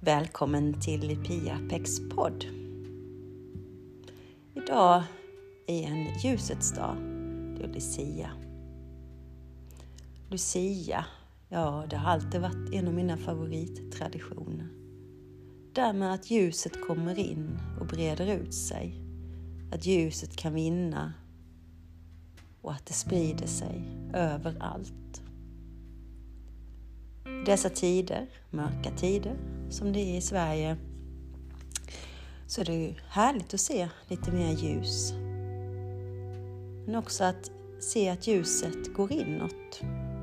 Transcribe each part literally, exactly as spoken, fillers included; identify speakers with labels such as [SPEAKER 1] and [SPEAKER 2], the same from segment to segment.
[SPEAKER 1] Välkommen till Pia Pex podd. Idag är en ljusets dag. Det är Lucia. Lucia, ja det har alltid varit en av mina favorittraditioner. Därmed att ljuset kommer in och breder ut sig. Att ljuset kan vinna och att det sprider sig överallt. I dessa tider, mörka tider som det är i Sverige, så är det ju härligt att se lite mer ljus. Men också att se att ljuset går inåt.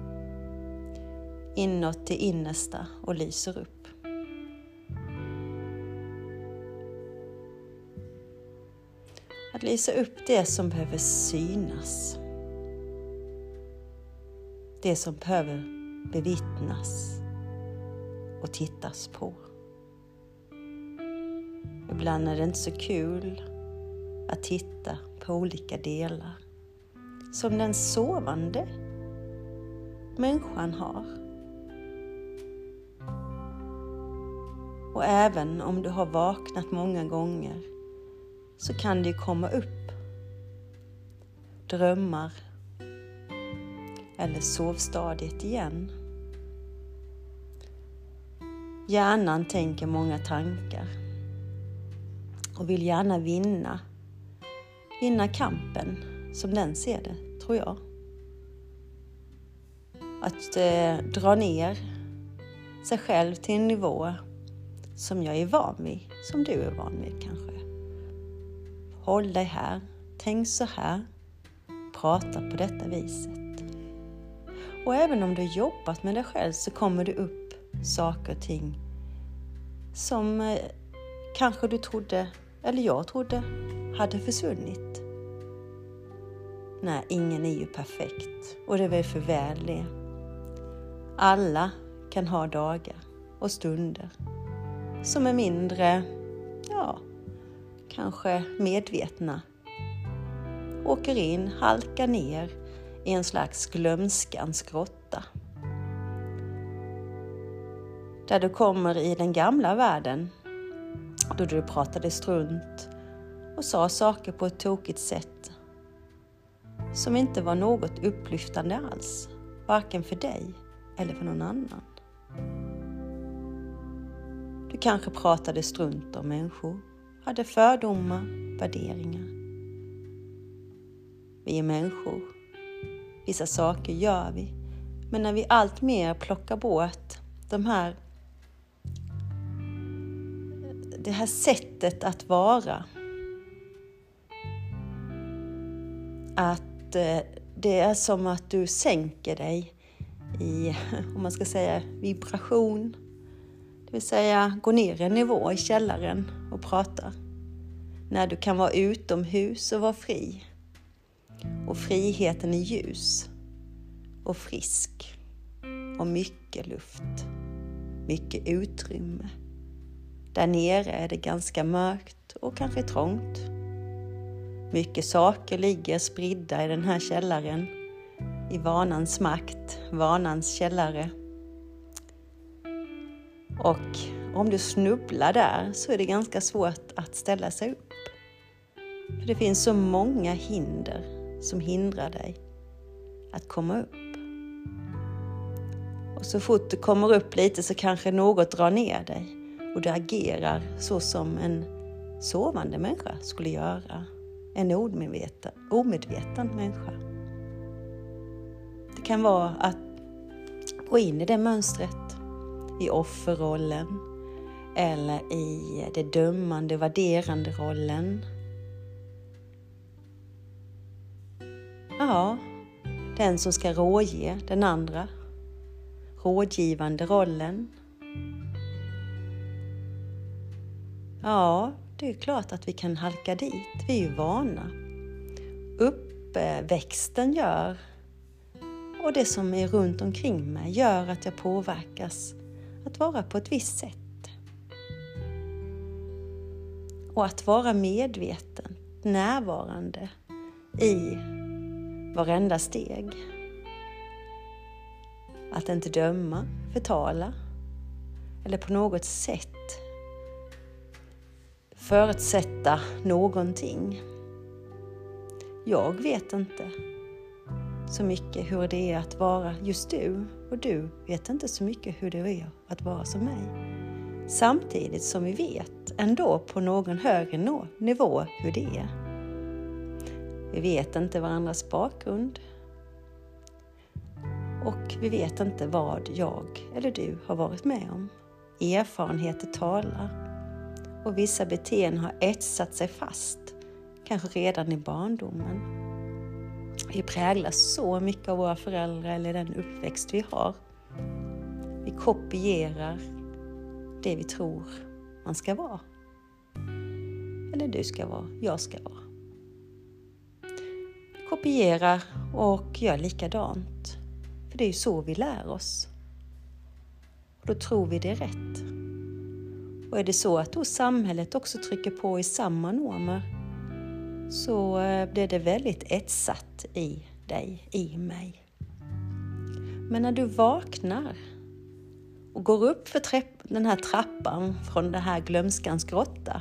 [SPEAKER 1] Inåt till innersta och lyser upp. Att lysa upp det som behöver synas. Det som behöver bevittnas och tittas på. Ibland är det inte så kul att titta på olika delar som den sovande människan har. Och även om du har vaknat många gånger så kan det komma upp drömmar eller sovstadiet igen. Hjärnan tänker många tankar och vill gärna vinna. Vinna kampen som den ser det, tror jag. Att eh, dra ner sig själv till en nivå som jag är van vid, som du är van vid kanske. Håll dig här, tänk så här, prata på detta viset. Och även om du har jobbat med dig själv så kommer det upp saker och ting som eh, kanske du trodde, eller jag trodde, hade försvunnit. Nej, ingen är ju perfekt och det är väl för väl det. Alla kan ha dagar och stunder som är mindre, ja, kanske medvetna. Åker in, halkar ner i en slags glömskans grotta. Där du kommer i den gamla världen, då du pratade strunt och sa saker på ett tokigt sätt som inte var något upplyftande alls, varken för dig eller för någon annan. Du kanske pratade strunt om människor, hade fördomar, värderingar. Vi är människor. Vissa saker gör vi, men när vi allt mer plockar bort de här, det här sättet att vara, att det är som att du sänker dig i, om man ska säga, vibration, det vill säga gå ner en nivå i källaren och prata, när du kan vara utomhus och vara fri. Och friheten är ljus och frisk och mycket luft, mycket utrymme. Där nere är det ganska mörkt och kanske trångt. Mycket saker ligger spridda i den här källaren, i vanans makt, vanans källare. Och om du snubblar där så är det ganska svårt att ställa sig upp. För det finns så många hinder som hindrar dig att komma upp. Och så fort du kommer upp lite så kanske något drar ner dig och du agerar så som en sovande människa skulle göra. En omedveten, omedveten människa. Det kan vara att gå in i det mönstret, i offerrollen eller i det dömande, värderande rollen. Ja, den som ska rådge den andra. Rådgivande rollen. Ja, det är klart att vi kan halka dit. Vi är ju vana. Uppväxten gör och det som är runt omkring mig gör att jag påverkas att vara på ett visst sätt. Och att vara medveten, närvarande i varenda steg. Att inte döma, förtala eller på något sätt förutsätta någonting. Jag vet inte så mycket hur det är att vara just du, och du vet inte så mycket hur det är att vara som mig. Samtidigt som vi vet ändå på någon högre nivå hur det är. Vi vet inte varandras bakgrund. Och vi vet inte vad jag eller du har varit med om. Erfarenheter talar. Och vissa beteenden har etsat sig fast. Kanske redan i barndomen. Vi präglas så mycket av våra föräldrar eller den uppväxt vi har. Vi kopierar det vi tror man ska vara. Eller du ska vara, jag ska vara. Vi kopierar och gör likadant. För det är ju så vi lär oss. Och då tror vi det är rätt. Och är det så att då samhället också trycker på i samma normer, så blir det väldigt etsat i dig, i mig. Men när du vaknar och går upp för trapp, den här trappan från den här glömskans grotta,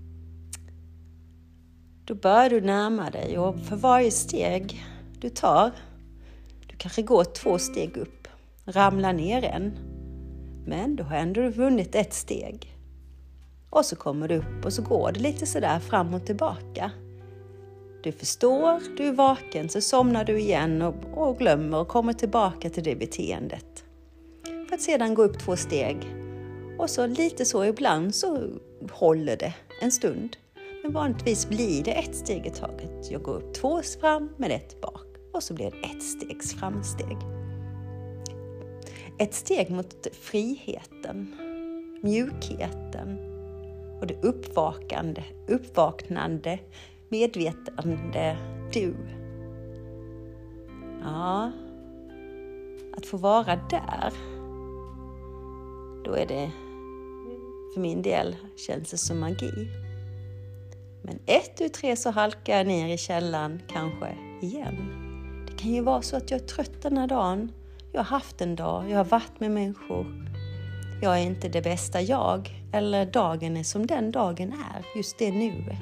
[SPEAKER 1] då börjar du närma dig, och för varje steg du tar, du kanske går två steg upp, ramlar ner en, men då har ändå vunnit ett steg. Och så kommer du upp och så går det lite sådär fram och tillbaka. Du förstår, du är vaken, så somnar du igen och, och glömmer och kommer tillbaka till det beteendet. För att sedan gå upp två steg. Och så lite så ibland så håller det en stund. Men vanligtvis blir det ett steg i taget. Jag går upp två fram med ett bak. Och så blir det ett stegs framsteg. Ett steg mot friheten, mjukheten och det uppvakande, uppvaknande, medvetande du. Ja, att få vara där, då är det, för min del känns det som magi. Men ett, tu, tre så halkar jag ner i källan kanske igen. Det kan ju vara så att jag är trött den här dagen. Jag har haft en dag, jag har varit med människor. Jag är inte det bästa jag, eller dagen är som den dagen är, just det nuet.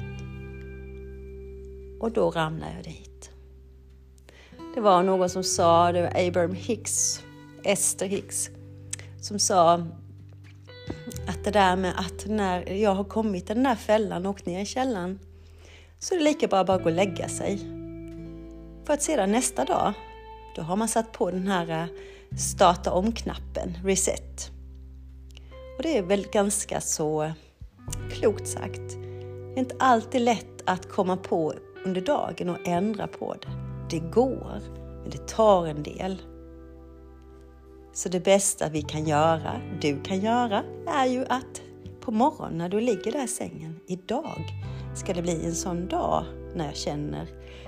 [SPEAKER 1] Och då ramlar jag dit. Det var någon som sa, det var Abraham Hicks, Esther Hicks, som sa att det där med att när jag har kommit i den här fällan och åkt ner i källan, så är det lika bra att bara gå och lägga sig. För att sedan nästa dag, då har man satt på den här starta om-knappen, reset. Och det är väl ganska så klokt sagt. Det är inte alltid lätt att komma på under dagen och ändra på det. Det går, men det tar en del. Så det bästa vi kan göra, du kan göra, är ju att på morgonen när du ligger där i sängen, idag ska det bli en sån dag när jag känner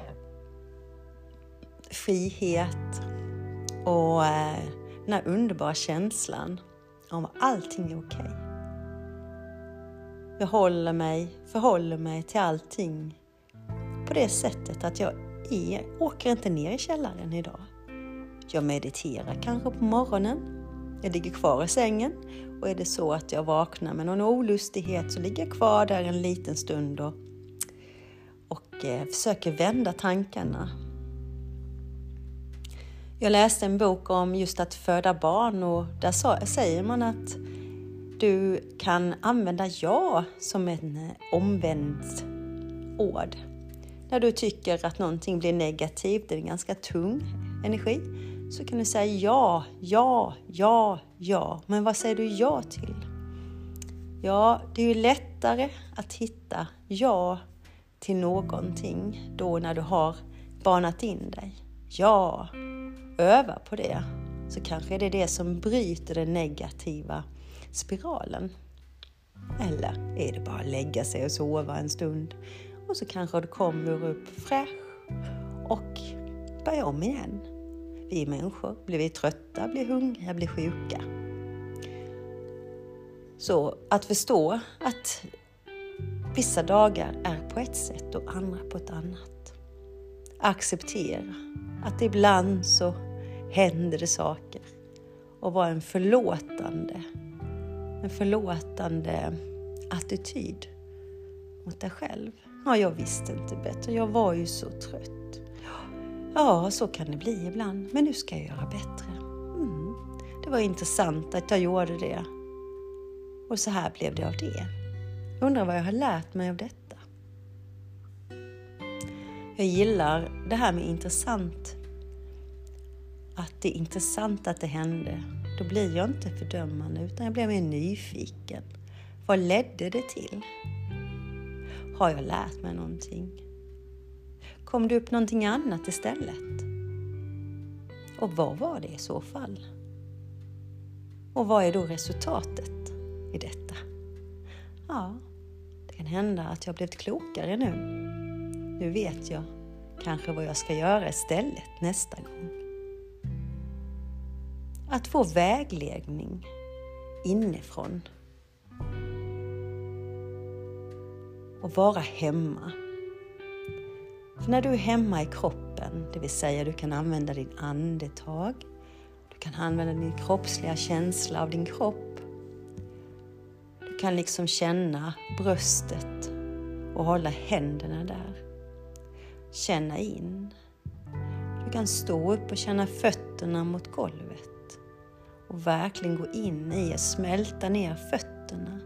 [SPEAKER 1] frihet och den här underbara känslan om att allting är okej. Jag håller mig, förhåller mig till allting på det sättet att jag är, åker inte ner i källaren idag. Jag mediterar kanske på morgonen. Jag ligger kvar i sängen. Och är det så att jag vaknar med någon olustighet, så ligger jag kvar där en liten stund och, och eh, försöker vända tankarna. Jag läste en bok om just att föda barn, och där sa, säger man att du kan använda ja som en omvänd ord. När du tycker att någonting blir negativt, det är en ganska tung energi, så kan du säga ja, ja, ja, ja. Men vad säger du ja till? Ja, det är ju lättare att hitta ja till någonting då när du har banat in dig. Ja, öva på det. Så kanske det är det som bryter den negativa spiralen. Eller är det bara att lägga sig och sova en stund. Och så kanske du kommer upp fräsch och börjar om igen. Vi är människor. Blir vi trötta, blir hungriga, blir sjuka. Så att förstå att vissa dagar är på ett sätt och andra på ett annat. Acceptera att ibland så händer det saker. Och vara en förlåtande, en förlåtande attityd mot dig själv. Ja, jag visste inte bättre. Jag var ju så trött. Ja, så kan det bli ibland. Men nu ska jag göra bättre. Mm. Det var intressant att jag gjorde det. Och så här blev det av det. Jag undrar vad jag har lärt mig av detta. Jag gillar det här med intressant. Att det är intressant att det hände. Då blir jag inte fördömande utan jag blir mer nyfiken. Vad ledde det till? Har jag lärt mig någonting? Kom det upp någonting annat istället? Och vad var det i så fall? Och vad är då resultatet i detta? Ja, det kan hända att jag blivit klokare nu. Nu vet jag kanske vad jag ska göra istället nästa gång. Att få vägledning inifrån. Och vara hemma. För när du är hemma i kroppen, det vill säga du kan använda din andetag. Du kan använda din kroppsliga känsla av din kropp. Du kan liksom känna bröstet och hålla händerna där. Känna in. Du kan stå upp och känna fötterna mot golvet. Och verkligen gå in i och smälta ner fötterna.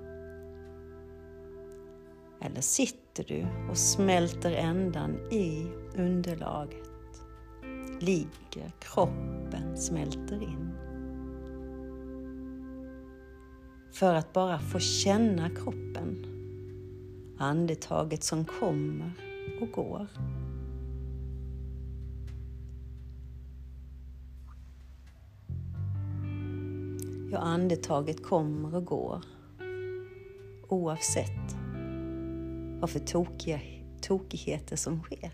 [SPEAKER 1] Eller sitter du och smälter ändan i underlaget. Ligger, kroppen smälter in. För att bara få känna kroppen. Andetaget som kommer och går. Ja, andetaget kommer och går. Oavsett vad för tokiga, tokigheter som sker.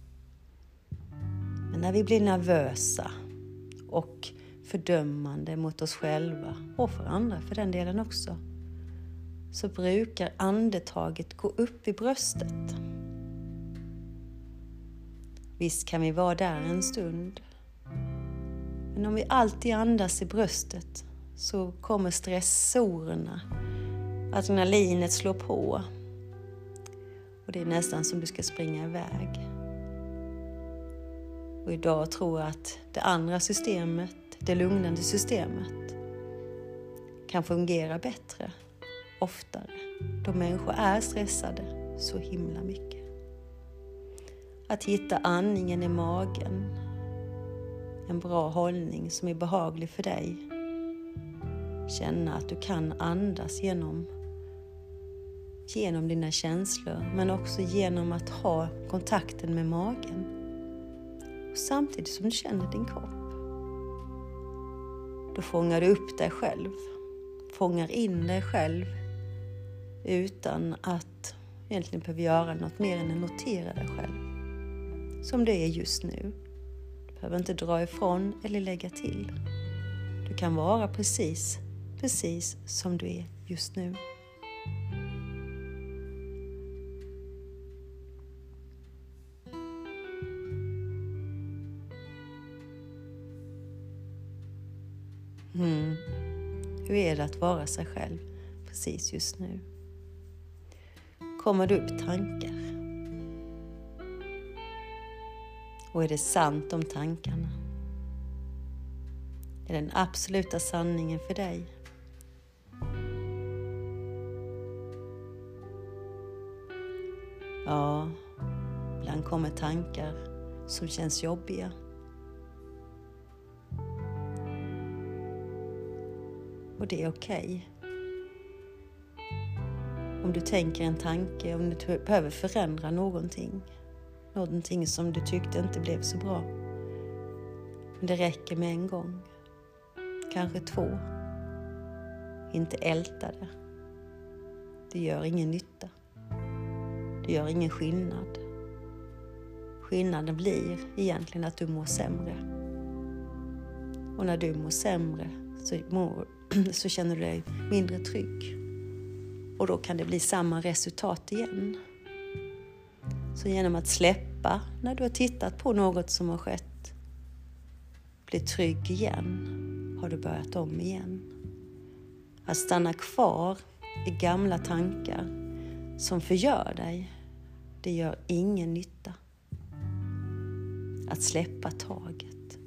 [SPEAKER 1] Men när vi blir nervösa och fördömande mot oss själva och för andra för den delen också, så brukar andetaget gå upp i bröstet. Visst kan vi vara där en stund. Men om vi alltid andas i bröstet så kommer stressorerna, adrenalinet slår på. Och det är nästan som du ska springa iväg. Och idag tror jag att det andra systemet, det lugnande systemet, kan fungera bättre, oftare. Då människor är stressade så himla mycket. Att hitta andningen i magen. En bra hållning som är behaglig för dig. Känna att du kan andas genom, genom dina känslor. Men också genom att ha kontakten med magen. Och samtidigt som du känner din kropp. Då fångar du upp dig själv. Fångar in dig själv. Utan att egentligen behöva göra något mer än att notera dig själv. Som det är just nu. Du behöver inte dra ifrån eller lägga till. Du kan vara precis, precis som du är just nu. Mm. Hur är det att vara sig själv precis just nu? Kommer det upp tankar? Och är det sant om tankarna? Är den absoluta sanningen för dig? Ja, ibland kommer tankar som känns jobbiga. Och det är okej. Om du tänker en tanke, om du behöver förändra någonting. Någonting som du tyckte inte blev så bra. Men det räcker med en gång. Kanske två. Inte älta det. Det gör ingen nytta. Det gör ingen skillnad. Skillnaden blir egentligen att du mår sämre. Och när du mår sämre så, mår, så känner du dig mindre trygg. Och då kan det bli samma resultat igen. Så genom att släppa när du har tittat på något som har skett, bli trygg igen, har du börjat om igen. Att stanna kvar i gamla tankar som förgör dig, det gör ingen nytta. Att släppa taget.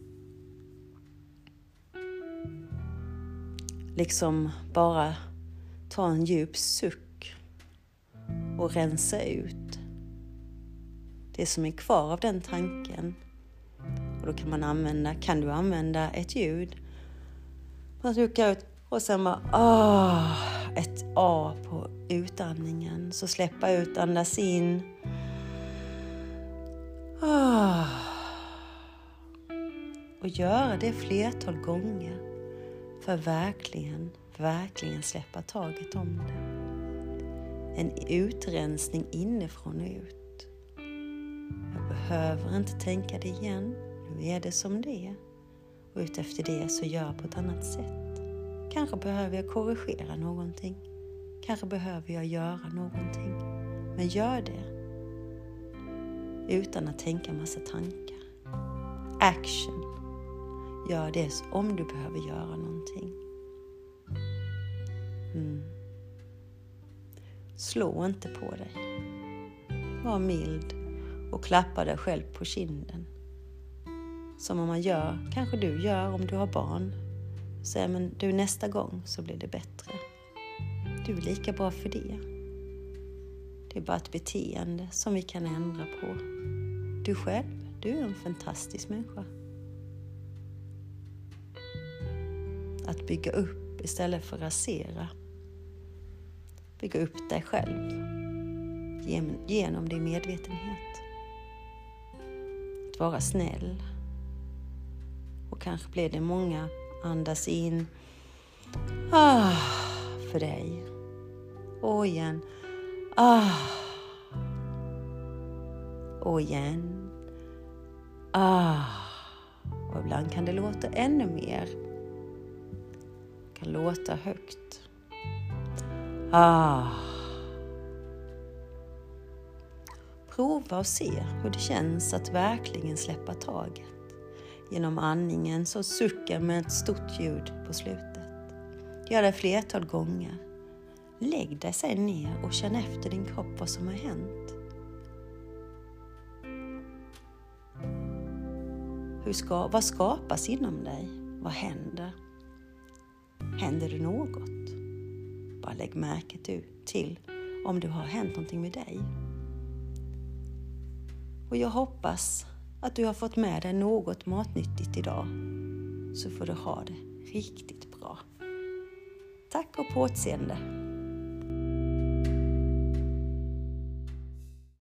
[SPEAKER 1] Liksom bara ta en djup suck och rensa ut det som är kvar av den tanken. Och då kan man använda, kan du använda ett ljud. Man suckar ut och sen bara ah, ett A på utandningen. Så släppa ut, andas in. Ah. Och göra det flertal gånger. För verkligen, verkligen släppa taget om det. En utrensning inifrån och ut. Jag behöver inte tänka det igen. Nu är det som det är. Och utefter det så gör jag på ett annat sätt. Kanske behöver jag korrigera någonting. Kanske behöver jag göra någonting. Men gör det. Utan att tänka massa tankar. Action. Gör det om du behöver göra någonting. Mm. Slå inte på dig. Var mild och klappa dig själv på kinden. Som om man gör, kanske du gör om du har barn. Säg, men du, nästa gång så blir det bättre. Du är lika bra för det. Det är bara ett beteende som vi kan ändra på. Du själv, du är en fantastisk människa. Att bygga upp istället för att rasera. Bygga upp dig själv. Genom din medvetenhet. Att vara snäll. Och kanske blir det många andas in. Ah, för dig. Och igen. Ah. Och igen. Ah. Och ibland kan det låta ännu mer. Det kan låta högt. Ah. Prova och se hur det känns att verkligen släppa taget. Genom andningen så suckar med ett stort ljud på slutet. Gör det flertal gånger. Lägg dig sen ner och känn efter din kropp vad som har hänt. Hur ska, vad skapas inom dig? Vad händer? Händer det något? Bara lägg märke till om det har hänt någonting med dig. Och jag hoppas att du har fått med dig något matnyttigt idag. Så får du ha det riktigt bra. Tack och på återseende.